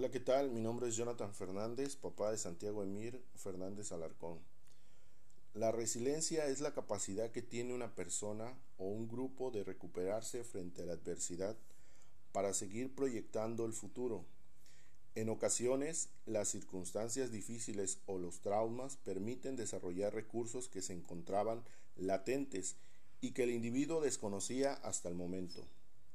Hola, ¿qué tal? Mi nombre es Jonathan Fernández, papá de Santiago Emir Fernández Alarcón. La resiliencia es la capacidad que tiene una persona o un grupo de recuperarse frente a la adversidad para seguir proyectando el futuro. En ocasiones, las circunstancias difíciles o los traumas permiten desarrollar recursos que se encontraban latentes y que el individuo desconocía hasta el momento.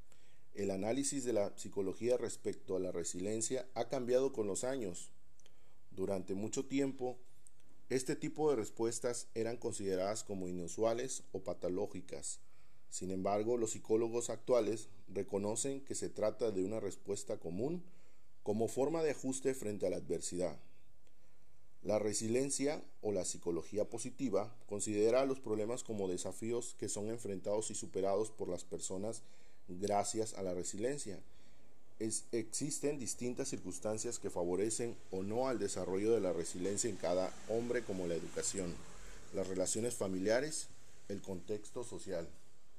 El análisis de la psicología respecto a la resiliencia ha cambiado con los años. Durante mucho tiempo, este tipo de respuestas eran consideradas como inusuales o patológicas. Sin embargo, los psicólogos actuales reconocen que se trata de una respuesta común como forma de ajuste frente a la adversidad. La resiliencia o la psicología positiva considera los problemas como desafíos que son enfrentados y superados por las personas gracias a la resiliencia. Existen distintas circunstancias que favorecen o no al desarrollo de la resiliencia en cada hombre, como la educación, las relaciones familiares, el contexto social.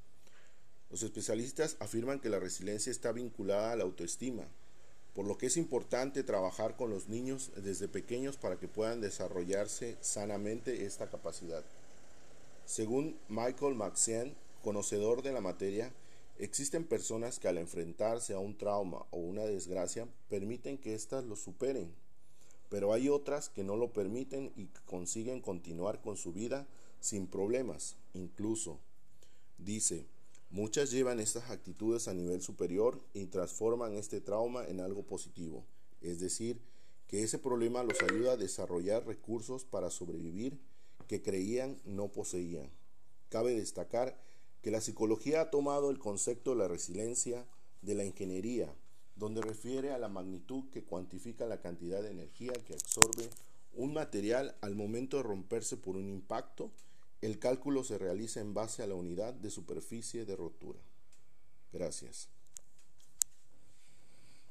Los especialistas afirman que la resiliencia está vinculada a la autoestima, por lo que es importante trabajar con los niños desde pequeños para que puedan desarrollarse sanamente esta capacidad. Según Michael Maxine, conocedor de la materia, existen personas que al enfrentarse a un trauma o una desgracia permiten que éstas lo superen, pero hay otras que no lo permiten y que consiguen continuar con su vida sin problemas. Incluso, dice, muchas llevan estas actitudes a nivel superior y transforman este trauma en algo positivo, es decir, que ese problema los ayuda a desarrollar recursos para sobrevivir que creían no poseían. Cabe destacar que la psicología ha tomado el concepto de la resiliencia de la ingeniería, donde refiere a la magnitud que cuantifica la cantidad de energía que absorbe un material al momento de romperse por un impacto. El cálculo se realiza en base a la unidad de superficie de rotura. Gracias.